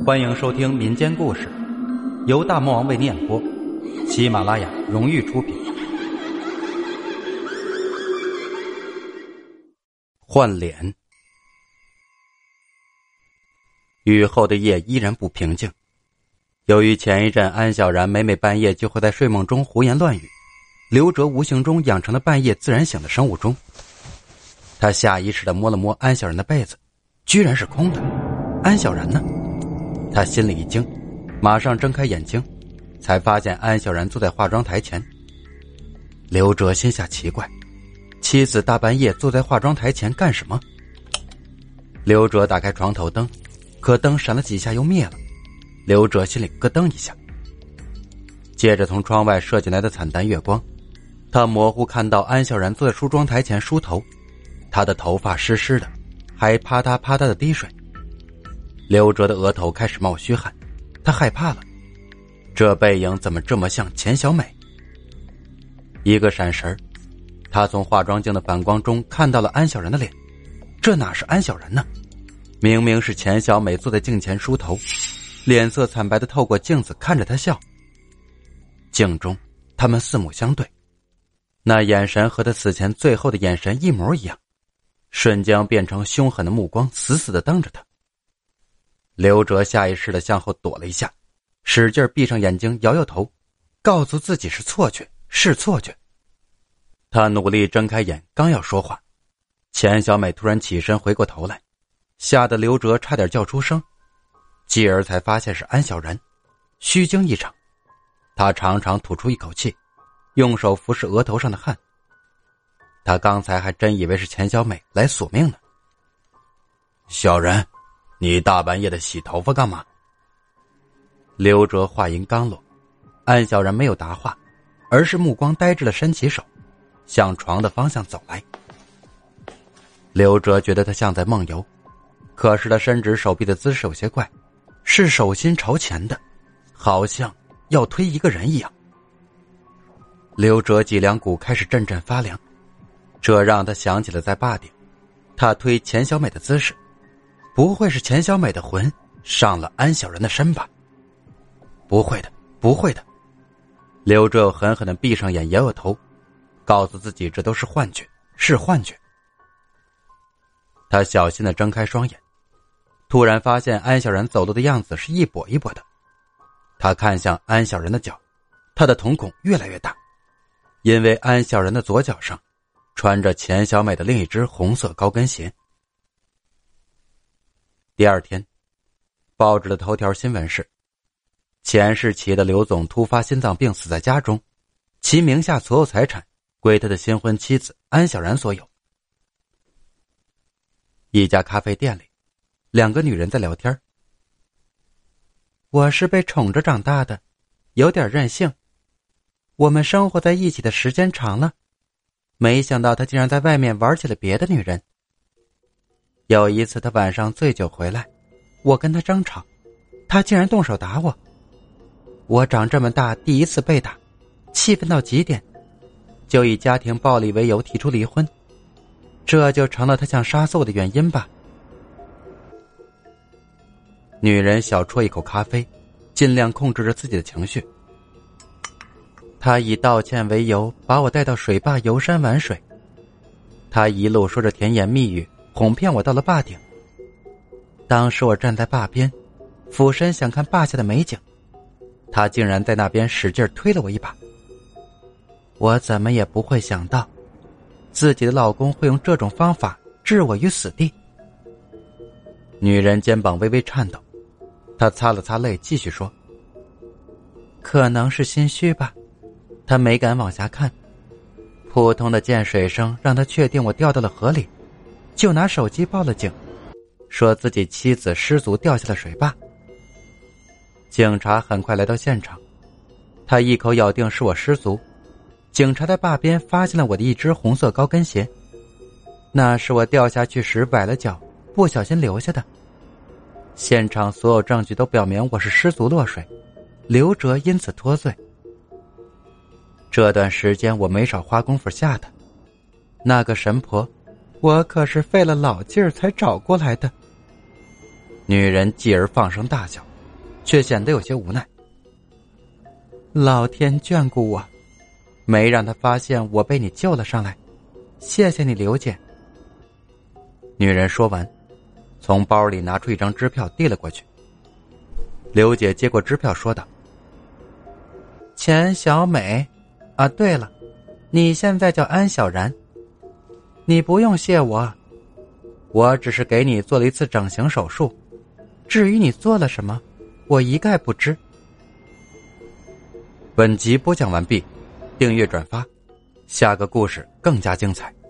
欢迎收听民间故事，由大魔王为你演播，喜马拉雅荣誉出品。换脸。雨后的夜依然不平静，由于前一阵安小然每半夜就会在睡梦中胡言乱语，刘哲无形中养成了半夜自然醒的生物钟。他下意识地摸了摸安小然的被子，居然是空的。安小然呢？他心里一惊，马上睁开眼睛，才发现安小然坐在化妆台前。刘哲心下奇怪，妻子大半夜坐在化妆台前干什么？刘哲打开床头灯，可灯闪了几下又灭了。刘哲心里咯噔一下，接着从窗外射进来的惨淡月光，他模糊看到安小然坐在梳妆台前梳头，他的头发湿湿的，还啪嗒啪嗒的滴水。刘哲的额头开始冒虚汗，他害怕了，这背影怎么这么像钱小美？一个闪神，他从化妆镜的反光中看到了安小然的脸，这哪是安小然呢？明明是钱小美坐在镜前梳头，脸色惨白的透过镜子看着他笑。镜中他们四目相对，那眼神和他死前最后的眼神一模一样，瞬间变成凶狠的目光，死死地瞪着他。刘哲下意识地向后躲了一下，使劲闭上眼睛，摇摇头，告诉自己是错觉，是错觉。他努力睁开眼，刚要说话，钱小美突然起身回过头来，吓得刘哲差点叫出声，继而才发现是安小然，虚惊一场。他长长吐出一口气，用手扶拭额头上的汗。他刚才还真以为是钱小美来索命呢。小然，你大半夜的洗头发干嘛？刘哲话音刚落，安小然没有答话，而是目光呆滞地伸起手，向床的方向走来。刘哲觉得他像在梦游，可是他伸直手臂的姿势有些怪，是手心朝前的，好像要推一个人一样。刘哲脊梁骨开始阵阵发凉，这让他想起了在坝顶他推钱小美的姿势，不会是钱小美的魂上了安小然的身吧？不会的，不会的。刘哲狠狠地闭上眼，摇摇头，告诉自己这都是幻觉，是幻觉。他小心地睁开双眼，突然发现安小然走路的样子是一跛一跛的。他看向安小然的脚，他的瞳孔越来越大，因为安小然的左脚上穿着钱小美的另一只红色高跟鞋。第二天，报纸的头条新闻是钱氏企业的刘总突发心脏病死在家中，其名下所有财产归他的新婚妻子安小然所有。一家咖啡店里，两个女人在聊天。我是被宠着长大的，有点任性。我们生活在一起的时间长了，没想到他竟然在外面玩起了别的女人。有一次他晚上醉酒回来，我跟他争吵，他竟然动手打我。我长这么大第一次被打，气愤到极点，就以家庭暴力为由提出离婚，这就成了他想杀死我的原因吧。女人小啜一口咖啡，尽量控制着自己的情绪。他以道歉为由把我带到水坝游山玩水，他一路说着甜言蜜语，哄骗我到了坝顶。当时我站在坝边，俯身想看坝下的美景，他竟然在那边使劲推了我一把。我怎么也不会想到，自己的老公会用这种方法置我于死地。女人肩膀微微颤抖，她擦了擦泪，继续说：可能是心虚吧，他没敢往下看，普通的溅水声让他确定我掉到了河里，就拿手机报了警，说自己妻子失足掉下了水坝。警察很快来到现场，他一口咬定是我失足。警察在坝边发现了我的一只红色高跟鞋，那是我掉下去时崴了脚，不小心留下的。现场所有证据都表明我是失足落水，刘哲因此脱罪。这段时间我没少花功夫吓他，那个神婆，我可是费了老劲儿才找过来的。女人继而放声大笑， 却显得有些无奈。老天眷顾我，没让他发现我被你救了上来，谢谢你刘姐。女人说完，从包里拿出一张支票递了过去。刘姐接过支票说道：钱小美，啊对了，你现在叫安小然。你不用谢我，我只是给你做了一次整形手术，至于你做了什么，我一概不知。本集播讲完毕，订阅转发，下个故事更加精彩。